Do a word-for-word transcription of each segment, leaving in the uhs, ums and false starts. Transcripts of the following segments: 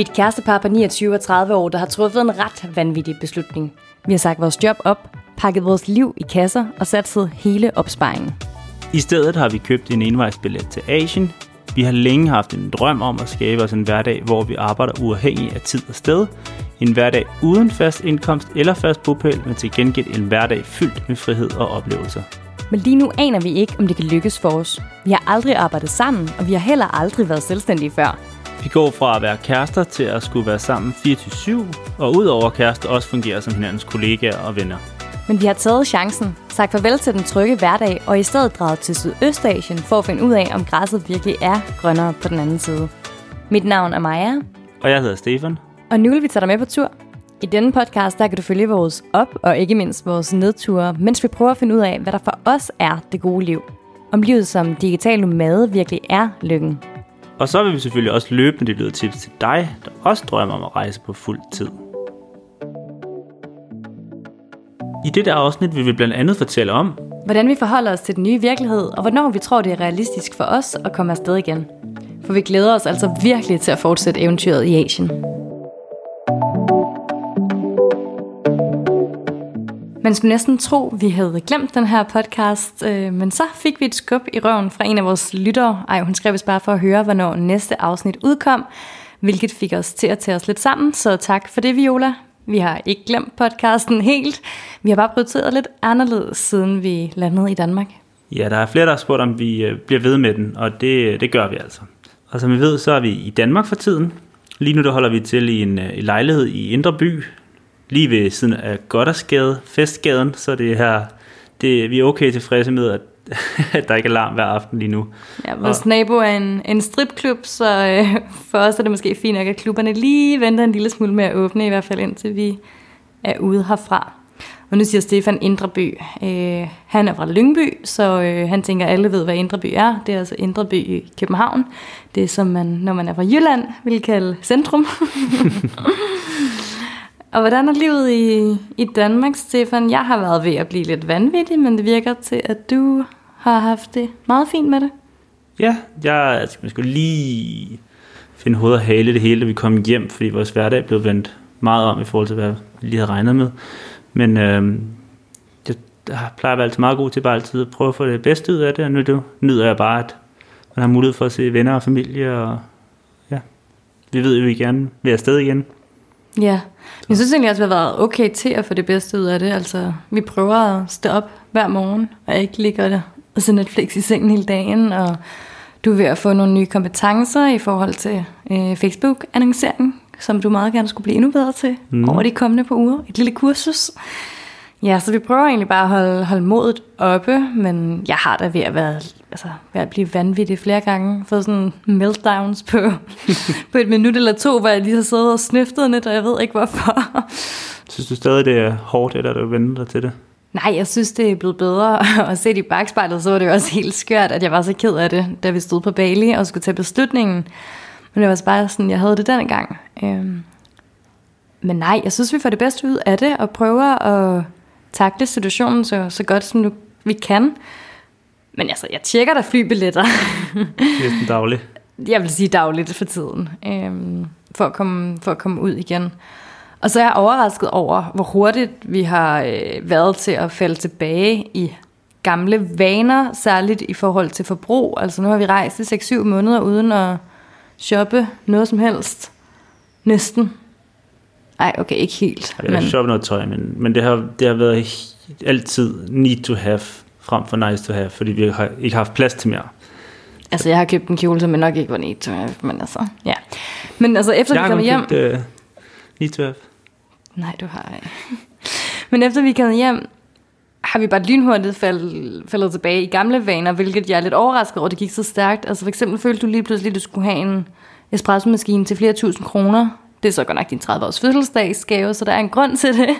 Vi er et kærestepar på niogtyve og tredive år, der har truffet en ret vanvittig beslutning. Vi har sagt vores job op, pakket vores liv i kasser og satset hele opsparingen. I stedet har vi købt en envejsbillet til Asien. Vi har længe haft en drøm om at skabe os en hverdag, hvor vi arbejder uafhængig af tid og sted. En hverdag uden fast indkomst eller fast bopæl, men til gengæld en hverdag fyldt med frihed og oplevelser. Men lige nu aner vi ikke, om det kan lykkes for os. Vi har aldrig arbejdet sammen, og vi har heller aldrig været selvstændige før. Vi går fra at være kærester til at skulle være sammen fireogtyve syv, og udover kærester også fungere som hinandens kollegaer og venner. Men vi har taget chancen, sagt farvel til den trygge hverdag, og i stedet draget til Sydøstasien for at finde ud af, om græsset virkelig er grønnere på den anden side. Mit navn er Maja. Og jeg hedder Stefan. Og nu vil vi tage dig med på tur. I denne podcast, der kan du følge vores op- og ikke mindst vores nedture, mens vi prøver at finde ud af, hvad der for os er det gode liv. Om livet som digital nomade virkelig er lykken. Og så vil vi selvfølgelig også løbende dele tips til dig, der også drømmer om at rejse på fuld tid. I dette afsnit vil vi blandt andet fortælle om, hvordan vi forholder os til den nye virkelighed, og hvornår vi tror, det er realistisk for os at komme afsted igen. For vi glæder os altså virkelig til at fortsætte eventyret i Asien. Man skulle næsten tro, vi havde glemt den her podcast, øh, men så fik vi et skub i røven fra en af vores lyttere. Ej, hun skrev bare for at høre, hvornår næste afsnit udkom, hvilket fik os til at tage os lidt sammen, så tak for det, Viola. Vi har ikke glemt podcasten helt. Vi har bare prioriteret lidt anderledes, siden vi landede i Danmark. Ja, der er flere, der har spurgt, om vi bliver ved med den, og det, det gør vi altså. Og som vi ved, så er vi i Danmark for tiden. Lige nu der holder vi til i en, en lejlighed i Indre By, lige ved siden af Goddersgade, Festgaden, så det her, det, vi er okay tilfredse med, at, at der ikke er larm hver aften lige nu. Ja, vores og, nabo er en, en stripklub, så øh, for os er det måske fint nok, at klubberne lige venter en lille smule med at åbne, i hvert fald indtil vi er ude herfra. Og nu siger Stefan Indre By. Øh, han er fra Lyngby, så øh, han tænker, at alle ved, hvad Indre By er. Det er altså Indre By i København. Det er, som man, når man er fra Jylland, vil kalde centrum. Og hvordan er livet i, i Danmark, Stefan? Jeg har været ved at blive lidt vanvittig, men det virker til, at du har haft det meget fint med det. Ja, jeg, altså, jeg skulle lige finde hoved og hale det hele, da vi kom hjem, fordi vores hverdag blev vendt meget om i forhold til, hvad vi lige havde regnet med. Men øh, jeg, jeg plejer at være altid meget god til bare altid at prøve at få det bedste ud af det, og nu nyder jeg bare, at man har mulighed for at se venner og familie, og ja, vi ved jo, at vi gerne vil afsted igen. Ja, jeg synes egentlig også, at vi har været okay til at få det bedste ud af det. Altså, vi prøver at stå op hver morgen, og ikke ligger der og se Netflix i sengen hele dagen, og du er ved at få nogle nye kompetencer i forhold til øh, Facebook-annoncering, som du meget gerne skulle blive endnu bedre til mm. over de kommende par uger. Et lille kursus. Ja, så vi prøver egentlig bare at holde, holde modet oppe, men jeg har da ved at, være, altså, ved at blive vanvittig flere gange. Fået sådan meltdowns på, på et minut eller to, hvor jeg lige har siddet og snøftet lidt, og jeg ved ikke hvorfor. Synes du stadig, det er hårdt, eller du vender dig til det? Nej, jeg synes, det er blevet bedre. Og set i bagspejlet, så var det jo også helt skørt, at jeg var så ked af det, da vi stod på Bali og skulle tage beslutningen. Men det var bare sådan, jeg havde det denne gang. Øhm. Men nej, jeg synes, vi får det bedste ud af det, og prøver at takle situationen så, så godt, som nu, vi kan. Men altså, jeg tjekker der flybilletter. Næsten dagligt. Jeg vil sige dagligt for tiden, øhm, for, at komme, for at komme ud igen. Og så er jeg overrasket over, hvor hurtigt vi har øh, været til at falde tilbage i gamle vaner, særligt i forhold til forbrug. Altså nu har vi rejst i seks syv måneder uden at shoppe noget som helst. Næsten. Ej, okay, ikke helt. Jeg har men... shoppet noget tøj, men, men det, har, det har været altid need to have, frem for nice to have, fordi vi har ikke haft plads til mere. Altså, jeg har købt en kjole, som jeg nok ikke var need to have, men altså, ja. Men altså, efter jeg vi kommer hjem... Jeg har købt uh, need to have. Nej, du har ikke. Men efter vi kommer hjem, har vi bare lynhurtigt fald, faldet tilbage i gamle vaner, hvilket jeg er lidt overrasket over, det gik så stærkt. Altså for eksempel følte du lige pludselig, at du skulle have en espresso-maskine til flere tusind kroner. Det er så godt nok din tredive års fødselsdagsgave, så der er en grund til det.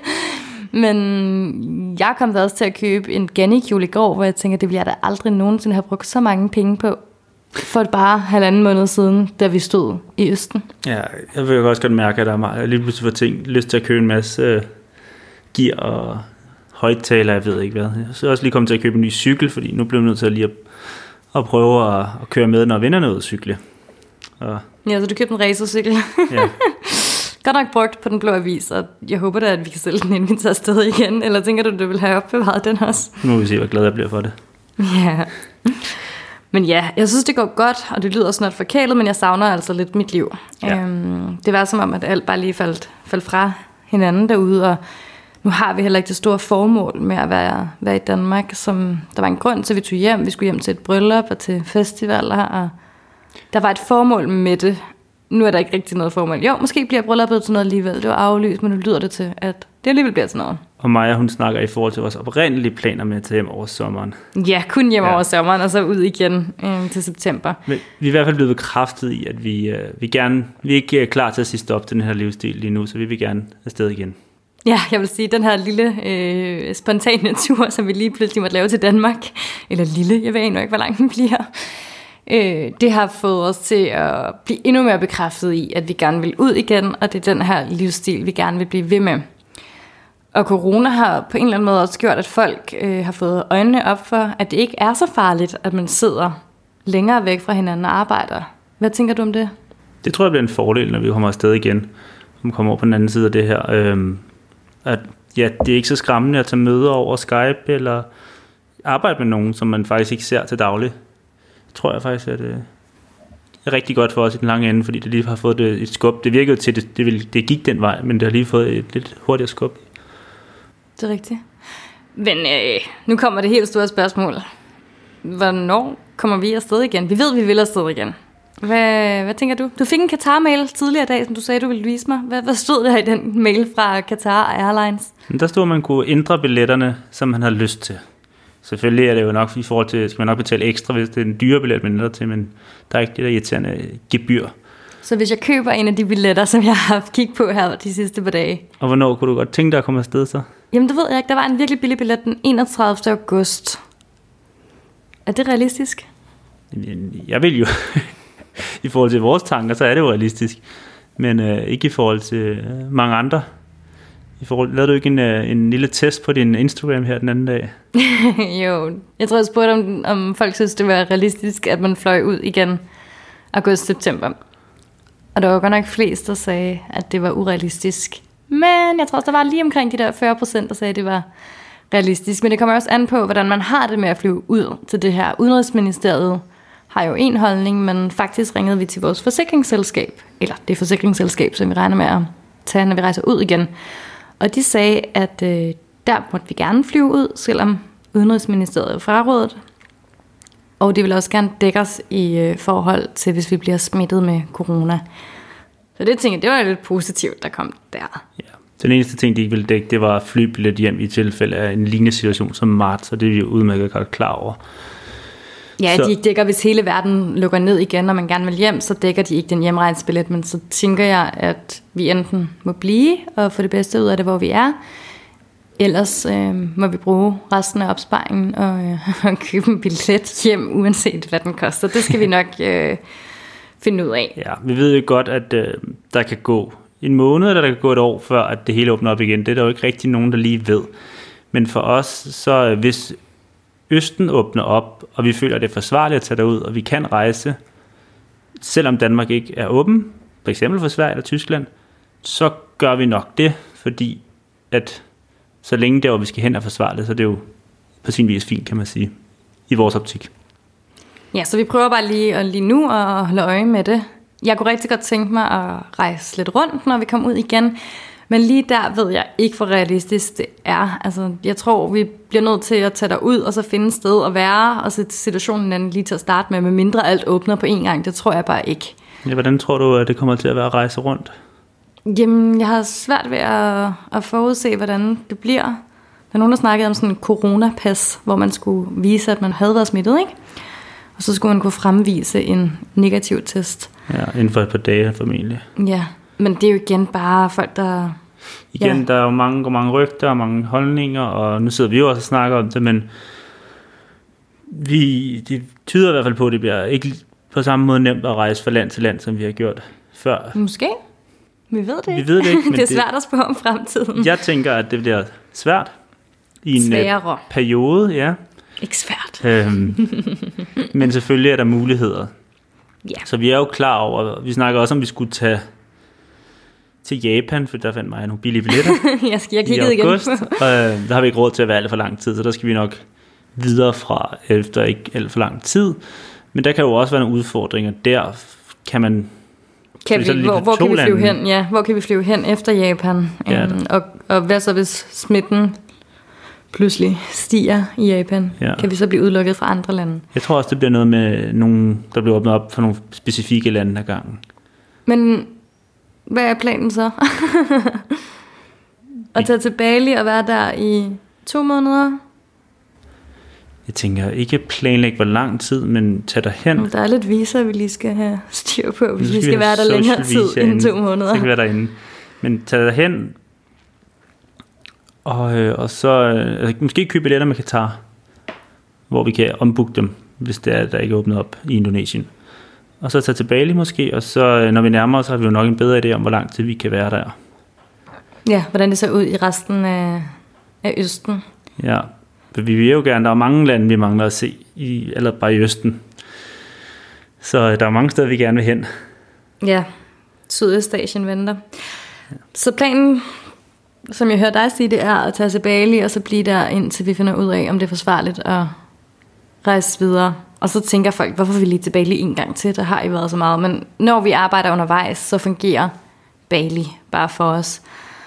Men jeg kom da også til at købe en Ganni-kjole i går, hvor jeg tænker, det ville jeg da aldrig nogensinde have brugt så mange penge på. For bare halvanden måned siden, da vi stod i Østen. Ja, jeg vil jo også godt mærke, at der er meget, jeg lige pludselig får ting, lyst til at købe en masse uh, gear og højttaler, jeg ved ikke hvad. Jeg så også lige kommet til at købe en ny cykel, fordi nu bliver jeg nødt til at lige at, at prøve at, at køre med, når vennerne er ude at cykle. Og Ja, så du købte en racercykel. Ja. Godt nok brugt på Den Blå Avis, og jeg håber da, at vi kan sælge den, inden vi tager afsted igen. Eller tænker du, du vil have opbevaret den også? Nu må vi se, hvor glad jeg bliver for det. Ja. Men ja, jeg synes, det går godt, og det lyder snart forkælet, men jeg savner altså lidt mit liv. Ja. Øhm, det var som om, at alt bare lige faldt, faldt fra hinanden derude, og nu har vi heller ikke det store formål med at være, være i Danmark, som der var en grund til, at vi tog hjem. Vi skulle hjem til et bryllup og til festivaler, og der var et formål med det. Nu er der ikke rigtig noget formål. Jo, måske bliver brylluppet til noget alligevel. Det var aflyst, men nu lyder det til, at det alligevel bliver til noget. Og Maja, hun snakker i forhold til vores oprindelige planer med at tage hjem over sommeren. Ja, kun hjem ja. over sommeren, og så ud igen øh, til september. Men vi er i hvert fald blevet bekræftet i, at vi, øh, vi, gerne, vi er ikke klar til at sige stop til den her livsstil lige nu, så vi vil gerne afsted igen. Ja, jeg vil sige, den her lille øh, spontane tur, som vi lige pludselig måtte lave til Danmark, eller lille, jeg ved ikke, hvor lang den bliver, øh, det har fået os til at blive endnu mere bekræftet i, at vi gerne vil ud igen, og det er den her livsstil, vi gerne vil blive ved med. Og corona har på en eller anden måde også gjort, at folk øh, har fået øjnene op for, at det ikke er så farligt, at man sidder længere væk fra hinanden og arbejder. Hvad tænker du om det? Det tror jeg bliver en fordel, når vi kommer afsted igen, når vi kommer over på den anden side af det her. Øhm, at ja, det er ikke så skræmmende at tage møder over Skype, eller arbejde med nogen, som man faktisk ikke ser til daglig. Det tror jeg faktisk, at det er rigtig godt for os i den lange ende, fordi det lige har fået det, et skub. Det virkede til, det, det, ville, det gik den vej, men det har lige fået et lidt hurtigere skub. Det er rigtigt. Men øh, nu kommer det helt store spørgsmål. Hvornår kommer vi afsted igen? Vi ved, vi vil afsted igen. Hvad, hvad tænker du? Du fik en Qatar-mail tidligere i dag, som du sagde, du ville vise mig. Hvad, hvad stod der i den mail fra Qatar Airlines? Der stod, at man kunne ændre billetterne, som man har lyst til. Selvfølgelig er det jo nok i forhold til, skal man nok betale ekstra, hvis det er en dyre billet, man ændrer til, men der er ikke det der irriterende gebyr. Så hvis jeg køber en af de billetter, som jeg har haft kigget på her de sidste par dage. Og hvornår kunne du godt tænke dig at komme afsted så? Jamen det ved jeg ikke. Der var en virkelig billig billet den enogtredivte august. Er det realistisk? Jeg vil jo. I forhold til vores tanker, så er det jo realistisk. Men øh, ikke i forhold til øh, mange andre. I forhold, lavede du ikke en, øh, en lille test på din Instagram her den anden dag? Jo, jeg tror jeg spurgte om, om folk synes det var realistisk, at man fløj ud igen august-september. Og der var godt nok flest, der sagde, at det var urealistisk. Men jeg tror også, der var lige omkring de der fyrre procent, der sagde, at det var realistisk. Men det kommer også an på, hvordan man har det med at flyve ud til det her. Udenrigsministeriet har jo en holdning, men faktisk ringede vi til vores forsikringsselskab, eller det forsikringsselskab, som vi regner med at tage, når vi rejser ud igen. Og de sagde, at øh, der måtte vi gerne flyve ud, selvom Udenrigsministeriet er frarådet. Og det vil også gerne dække os i øh, forhold til, hvis vi bliver smittet med corona. Så det tænkte jeg, det var lidt positivt, der kom der. Ja. Den eneste ting, de ikke ville dække, det var flybillet hjem i tilfælde af en lignende situation som marts, så det er vi jo udmærket godt klar over. Ja, så. De ikke dækker, hvis hele verden lukker ned igen, og man gerne vil hjem, så dækker de ikke den hjemrejsebillet, men så tænker jeg, at vi enten må blive og få det bedste ud af det, hvor vi er, ellers øh, må vi bruge resten af opsparingen og, øh, og købe en billet hjem, uanset hvad den koster. Det skal vi nok øh, finde ud af. Ja, vi ved jo godt, at øh, der kan gå en måned, eller der kan gå et år, før at det hele åbner op igen. Det er der jo ikke rigtig nogen, der lige ved. Men for os, så øh, hvis Østen åbner op, og vi føler, at det er forsvarligt at tage derud, og vi kan rejse, selvom Danmark ikke er åben, for eksempel for Sverige eller Tyskland, så gør vi nok det, fordi at så længe der, hvor vi skal hen, er forsvarligt, så er det jo på sin vis fint, kan man sige, i vores optik. Ja, så vi prøver bare lige, og lige nu at holde øje med det. Jeg kunne rigtig godt tænke mig at rejse lidt rundt, når vi kommer ud igen, men lige der ved jeg ikke, hvor realistisk det er. Altså, jeg tror, vi bliver nødt til at tage derud og så finde et sted at være, og sætte situationen anden lige til at starte med, med mindre alt åbner på en gang. Det tror jeg bare ikke. Ja, hvordan tror du, at det kommer til at være at rejse rundt? Jamen, jeg har svært ved at, at forudse, hvordan det bliver. Der er nogen, der snakkede om sådan en coronapas, hvor man skulle vise, at man havde været smittet, ikke? Og så skulle man kunne fremvise en negativ test. Ja, inden for et par dage formentlig. Ja, men det er jo igen bare folk, der... Igen, ja. Der er jo mange, mange rygter og mange holdninger, og nu sidder vi jo også og snakker om det, men vi, det tyder i hvert fald på, at det bliver ikke på samme måde nemt at rejse fra land til land, som vi har gjort før. Måske. Vi ved det ikke. Vi ved det ikke, men det er svært at spå om fremtiden. Jeg tænker, at det bliver svært i en Sværere. periode, ja. Ikke svært. Øhm, men selvfølgelig er der muligheder. Ja. Så vi er jo klar over, vi snakker også om, vi skulle tage til Japan, for der fandt mig nogle billige billetter jeg skal jeg i august, igen. Og øh, der har vi ikke råd til at være alt for lang tid, så der skal vi nok videre fra efter ikke alt for lang tid. Men der kan jo også være nogle udfordringer. Der kan man... Kan vi, hvor hvor kan vi flyve hen? Ja, hvor kan vi flyve hen efter Japan? Ja, um, og, og hvad så, hvis smitten pludselig stiger i Japan? Ja. Kan vi så blive udelukket fra andre lande? Jeg tror også, det bliver noget med nogen, der bliver åbnet op for nogle specifikke lande ad gangen. Men hvad er planen så? At tage til Bali og være der i to måneder? Jeg tænker ikke planlægge hvor lang tid, men tage derhen. Der er lidt visa, vi lige skal have styr på, hvis vi skal, vi skal være der længere tid end to måneder. Så kan vi være derinde. Men tage derhen, og, øh, og så øh, måske købe billetter med Qatar, hvor vi kan ombooke dem, hvis det er, der ikke er åbnet op i Indonesien. Og så tage til Bali måske, og så øh, når vi nærmer os, har vi jo nok en bedre idé om, hvor lang tid vi kan være der. Ja, hvordan det ser ud i resten af, af Østen. Ja. For vi vil jo gerne, der er mange lande, vi mangler at se, i, eller bare i Østen. Så der er mange steder, vi gerne vil hen. Ja, Sydøstasien venter. Ja. Så planen, som jeg hører dig sige, det er at tage til Bali, og så blive der, indtil vi finder ud af, om det er forsvarligt at rejse videre. Og så tænker folk, hvorfor vil vi lige til Bali en gang til? Der har I været så meget. Men når vi arbejder undervejs, så fungerer Bali bare for os.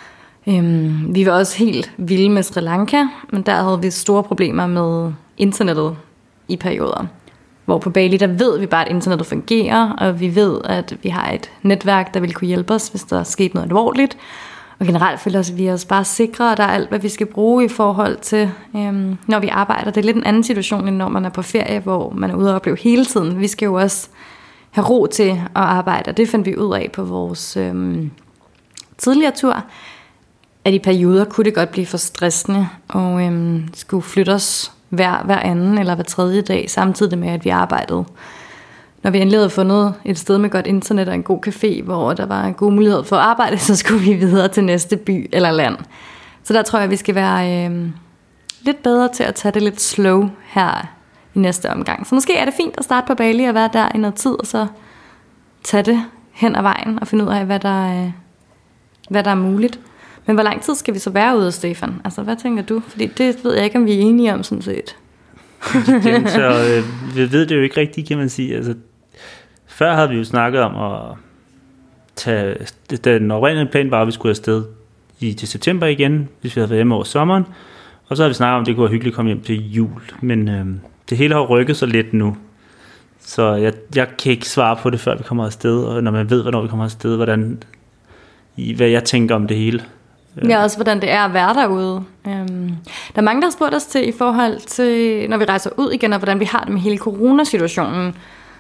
Øhm, vi var også helt vilde med Sri Lanka, men der havde vi store problemer med internettet i perioder. Hvor på Bali, der ved vi bare, at internettet fungerer, og vi ved, at vi har et netværk, der vil kunne hjælpe os, hvis der er sket noget alvorligt. Og generelt føler vi os bare sikre, at der er alt, hvad vi skal bruge i forhold til, øhm, når vi arbejder. Det er lidt en anden situation, end når man er på ferie, hvor man er ude og opleve hele tiden. Vi skal jo også have ro til at arbejde, og det fandt vi ud af på vores øhm, tidligere tur, at i perioder kunne det godt blive for stressende og øhm, skulle flytte os hver, hver anden eller hver tredje dag, samtidig med, at vi arbejdede. Når vi endelig havde fundet et sted med godt internet og en god café, hvor der var en god mulighed for at arbejde, så skulle vi videre til næste by eller land. Så der tror jeg, vi skal være øhm, lidt bedre til at tage det lidt slow her i næste omgang. Så måske er det fint at starte på Bali og være der i noget tid, og så tage det hen ad vejen og finde ud af, hvad der, øh, hvad der er muligt. Men hvor lang tid skal vi så være ude, Stefan? Altså, hvad tænker du? Fordi det ved jeg ikke, om vi er enige om, sådan set. Jamen, så øh, vi ved det jo ikke rigtigt, kan man sige. Altså, før havde vi jo snakket om at tage... Den oprindelige plan var, at vi skulle afsted i, til september igen, hvis vi havde været hjemme over sommeren. Og så har vi snakket om, at det kunne være hyggeligt at komme hjem til jul. Men øh, det hele har rykket sig lidt nu. Så jeg, jeg kan ikke svare på det, før vi kommer afsted. Og når man ved, hvornår vi kommer afsted, hvordan, hvad jeg tænker om det hele. Ja, også hvordan det er at være derude. Um, der er mange, der har spurgt os til i forhold til, når vi rejser ud igen, og hvordan vi har det med hele coronasituationen.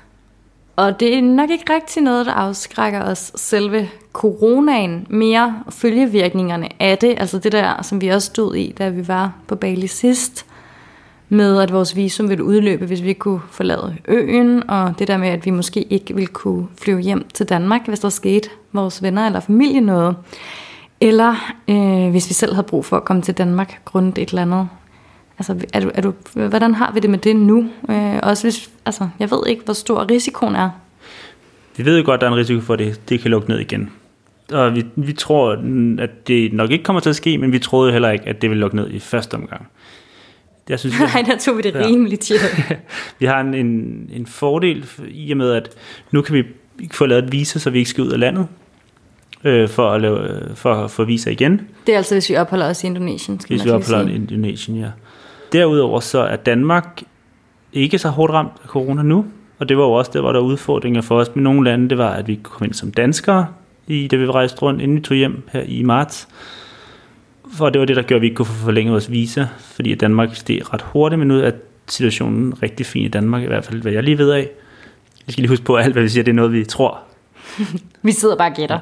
Og det er nok ikke rigtig noget, der afskrækker os, selve coronaen, mere følgevirkningerne af det. Altså det der, som vi også stod i, da vi var på Bali sidst, med at vores visum ville udløbe, hvis vi ikke kunne forlade øen, og det der med, at vi måske ikke ville kunne flyve hjem til Danmark, hvis der skete vores venner eller familie noget. Eller øh, hvis vi selv havde brug for at komme til Danmark grundet et eller andet. Altså, er du, er du, hvordan har vi det med det nu? Øh, også hvis, altså, jeg ved ikke, hvor stor risikoen er. Vi ved jo godt, at der er en risiko for, at det, det kan lukke ned igen. Og vi, vi tror, at det nok ikke kommer til at ske, men vi troede heller ikke, at det ville lukke ned i første omgang. Jeg synes, Nej, der tog vi det ja. rimeligt til. Vi har en, en, en fordel i og med, at nu kan vi få lavet et visa, så vi ikke skal ud af landet. For at lave, for at få visa igen. Det er altså, hvis vi opholder os i Indonesien. Hvis vi opholder i Indonesien, ja. Derudover så er Danmark ikke så hårdt ramt af corona nu, og det var jo også der, hvor der var udfordringer for os med nogle lande. Det var, at vi kunne komme ind som danskere, i det vi rejste rundt, inden vi tog hjem her i marts. For det var det, der gjorde, at vi ikke kunne få forlænget vores visa, fordi Danmark steg ret hurtigt, men nu er situationen rigtig fin i Danmark, i hvert fald hvad jeg lige ved af. Vi skal lige huske på, at alt hvad vi siger, det er noget, vi tror. Vi sidder bare og gætter.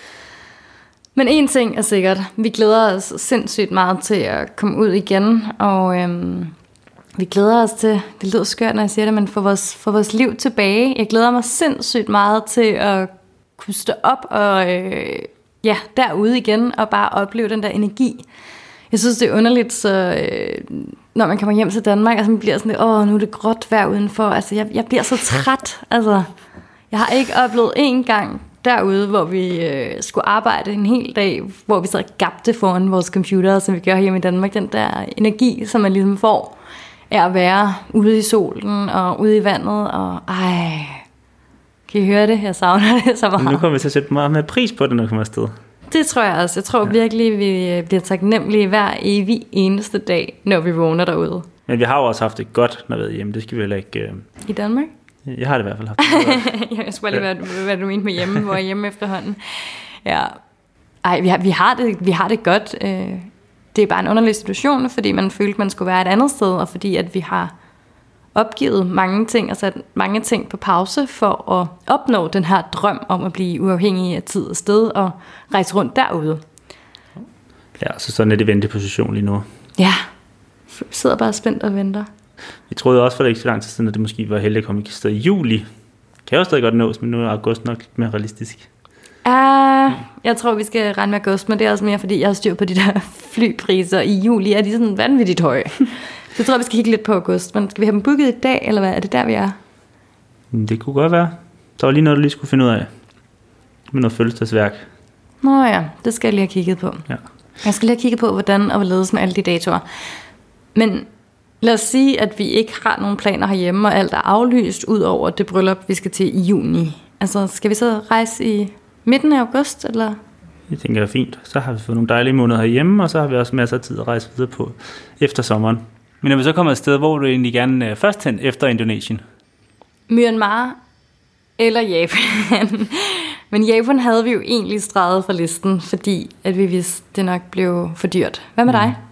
Men en ting er sikkert, vi glæder os sindssygt meget til at komme ud igen, og øhm, vi glæder os til, det lyder skørt, når jeg siger det, men for vores, for vores liv tilbage. Jeg glæder mig sindssygt meget til at kunne stå op og øh, ja, derude igen, og bare opleve den der energi. Jeg synes, det er underligt, så øh, når man kommer hjem til Danmark, altså man bliver sådan lidt, åh, nu er det gråt vejr udenfor, altså jeg, jeg bliver så træt, altså... Jeg har ikke oplevet en gang derude, hvor vi øh, skulle arbejde en hel dag, hvor vi så gabte foran vores computer, som vi gør hjemme i Danmark. Den der energi, som man ligesom får, er at være ude i solen og ude i vandet. Og ej, kan I høre det? Jeg savner det så meget. Nu kommer vi til at sætte meget mere pris på det, når vi kommer afsted. Det tror jeg også. Jeg tror ja. virkelig, vi bliver taknemmelige hver evig eneste dag, når vi vågner derude. Men vi har jo også haft det godt, når vi er hjemme. Det skal vi heller ikke... Øh... I Danmark? Jeg har det i hvert fald haft. Jeg skulle lige, hvad, hvad du mente med hjemme, hvor jeg er hjemme efterhånden. Ja. Ej, vi har, vi, har det, vi har det godt. Det er bare en underlig situation, fordi man følte, man skulle være et andet sted, og fordi at vi har opgivet mange ting, og sat mange ting på pause for at opnå den her drøm om at blive uafhængig af tid og sted og rejse rundt derude. Ja, så sådan er det venteposition lige nu. Ja, vi sidder bare spændt og venter. Vi troede også for det ikke så lang tid siden, at det måske var heldigt at komme i sted i juli. Kan jo stadig godt nås, men nu er august nok lidt mere realistisk. Uh, jeg tror, vi skal regne med august, men det er også mere, fordi jeg har styr på de der flypriser i juli. Er de sådan vanvittigt høje? Så jeg tror, vi skal kigge lidt på august. Men skal vi have dem booket i dag, eller hvad? Er det der, vi er? Det kunne godt være. Der var lige noget, du lige skulle finde ud af. Med noget fødselsdagsværk. Nå ja, det skal jeg lige have kigget på. Ja. Jeg skal lige have kigget på, hvordan og hvorledes med alle de datoer. Men lad os sige, at vi ikke har nogen planer herhjemme, og alt er aflyst ud over det bryllup, vi skal til i juni. Altså, skal vi så rejse i midten af august, eller? Jeg tænker, det er fint. Så har vi fået nogle dejlige måneder herhjemme, og så har vi også masser af tid at rejse videre på efter sommeren. Men når vi så kommer et sted, hvor du egentlig gerne først hen efter Indonesien? Myanmar eller Japan. Men Japan havde vi jo egentlig streget fra listen, fordi at vi vidste, det nok blev for dyrt. Hvad med dig?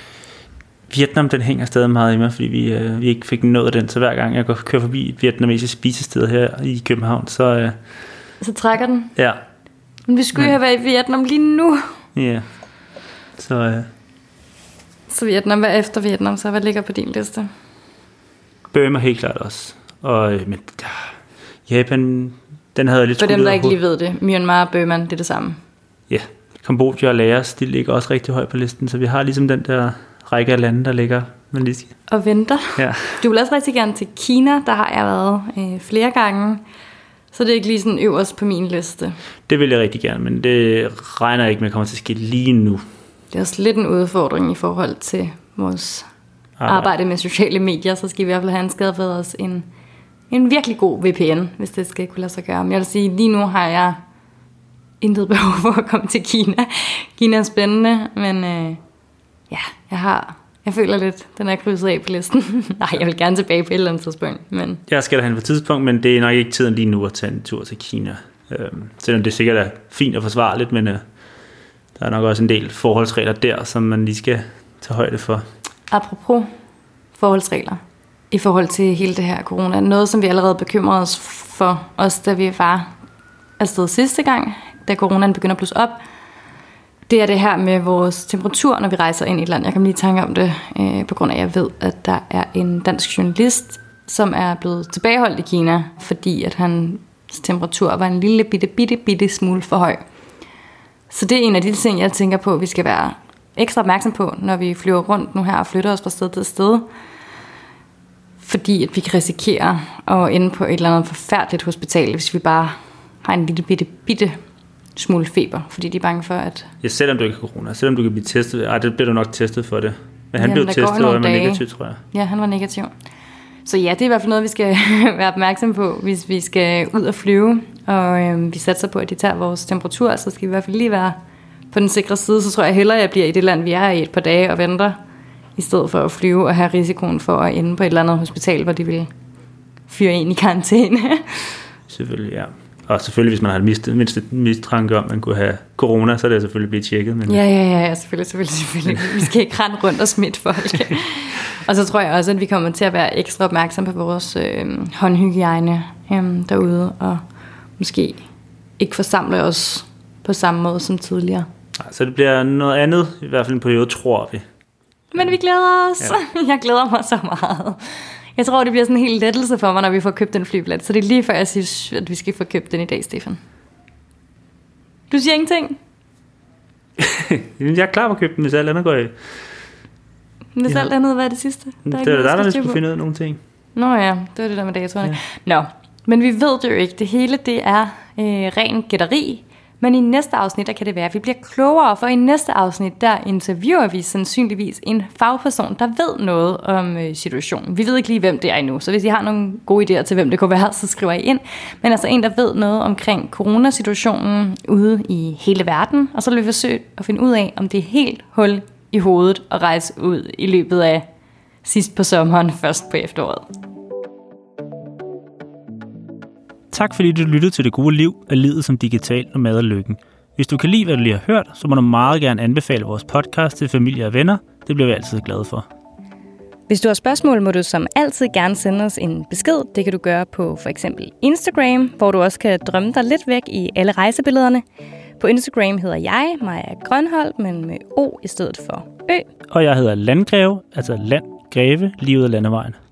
Vietnam, den hænger stadig meget i mig, fordi vi, øh, vi ikke fik noget af den. Så hver gang jeg går kører forbi et vietnamesisk spisested her i København, så... Øh, så trækker den? Ja. Men vi skulle jo have været i Vietnam lige nu. Ja. Så... Øh, så Vietnam, hvad efter Vietnam, så hvad ligger på din liste? Burma helt klart også. Og, øh, men ja, Japan, den havde jeg lidt... For dem, der ikke lige ved det, Myanmar og Burma, det er det samme? Ja. Kambodja og Laos, de ligger også rigtig højt på listen, så vi har ligesom den der række af lande, der ligger... Men lige... Og venter. Ja. Du vil også rigtig gerne til Kina, der har jeg været øh, flere gange. Så det er ikke lige sådan øverst på min liste. Det vil jeg rigtig gerne, men det regner jeg ikke med, at kommer til at ske lige nu. Det er også lidt en udfordring i forhold til vores arbejde, arbejde med sociale medier. Så skal vi i hvert fald have anskaffet os en, en virkelig god V P N, hvis det skal kunne lade sig gøre. Men jeg vil sige, lige nu har jeg intet behov for at komme til Kina. Kina er spændende, men øh, ja, jeg har... Jeg føler lidt, den er krydset af på listen. Nej, jeg vil gerne tilbage på et eller andet tidspunkt. Men... Jeg skal derhen på et tidspunkt, men det er nok ikke tiden lige nu at tage en tur til Kina. Øhm, selvom det sikkert er fint og forsvarligt, men øh, der er nok også en del forholdsregler der, som man lige skal tage højde for. Apropos forholdsregler, i forhold til hele det her corona, noget som vi allerede bekymrede os for, os da vi var afsted sidste gang, da coronaen begynder at blusse op, det er det her med vores temperatur, når vi rejser ind i et land. Jeg kan lige tænke om det, øh, på grund af, at jeg ved, at der er en dansk journalist, som er blevet tilbageholdt i Kina, fordi at hans temperatur var en lille bitte, bitte, bitte smule for høj. Så det er en af de ting, jeg tænker på, vi skal være ekstra opmærksom på, når vi flyver rundt nu her og flytter os fra sted til sted. Fordi at vi kan risikere at ende på et eller andet forfærdeligt hospital, hvis vi bare har en lille bitte, bitte smule feber, fordi de er bange for, at... Ja, selvom du ikke har corona, selvom du kan blive testet... Ej, det bliver du nok testet for det. Men han blev testet, og han var negativ, tror jeg. Ja, han var negativ. Så ja, det er i hvert fald noget, vi skal være opmærksom på, hvis vi skal ud og flyve, og øh, vi satser på, at de tager vores temperatur, så skal vi i hvert fald lige være på den sikre side. Så tror jeg hellere, at jeg bliver i det land, vi er i et par dage og venter, i stedet for at flyve og have risikoen for at ende på et eller andet hospital, hvor de vil fyre en i karantæne. Selvfølgelig, ja. Og selvfølgelig, hvis man har mistet mindst et mistanke om, at man kunne have corona, så er det selvfølgelig blevet tjekket. Men... Ja, ja, ja, selvfølgelig, selvfølgelig, selvfølgelig. Vi skal ikke rende rundt og smitte folk. Og så tror jeg også, at vi kommer til at være ekstra opmærksom på vores øh, håndhygiejne øh, derude, og måske ikke forsamle os på samme måde som tidligere. Så det bliver noget andet, i hvert fald en periode, tror vi. Men vi glæder os. Ja. Jeg glæder mig så meget. Jeg tror, det bliver sådan en hel lettelse for mig, når vi får købt den flybillet. Så det er lige før, jeg siger, at vi skal få købt den i dag, Stefan. Du siger ingenting? Jeg er klar på at købe den, hvis alt andet går i. Hvis ja. alt andet, hvad er det sidste? Der er det der, der, der skulle finde ud af nogle ting. Nå ja, det var det der med datoerne. Ja. Nå, Men vi ved det jo ikke. Det hele det er øh, ren gætteri. Men i næste afsnit, der kan det være, at vi bliver klogere, for i næste afsnit, der interviewer vi sandsynligvis en fagperson, der ved noget om øh, situationen. Vi ved ikke lige, hvem det er endnu, så hvis I har nogle gode idéer til, hvem det kunne være, så skriver I ind. Men altså en, der ved noget omkring coronasituationen ude i hele verden, og så vil vi forsøge at finde ud af, om det er helt hul i hovedet at rejse ud i løbet af sidst på sommeren, først på efteråret. Tak fordi du lyttede til Det Gode Liv af livet som digital nomad og lykken. Hvis du kan lide, hvad du lige har hørt, så må du meget gerne anbefale vores podcast til familie og venner. Det bliver vi altid glade for. Hvis du har spørgsmål, må du som altid gerne sende os en besked. Det kan du gøre på for eksempel Instagram, hvor du også kan drømme dig lidt væk i alle rejsebillederne. På Instagram hedder jeg Maja Grønholdt, men med O i stedet for Ø. Og jeg hedder Landgreve, altså Landgreve, livet af landevejen.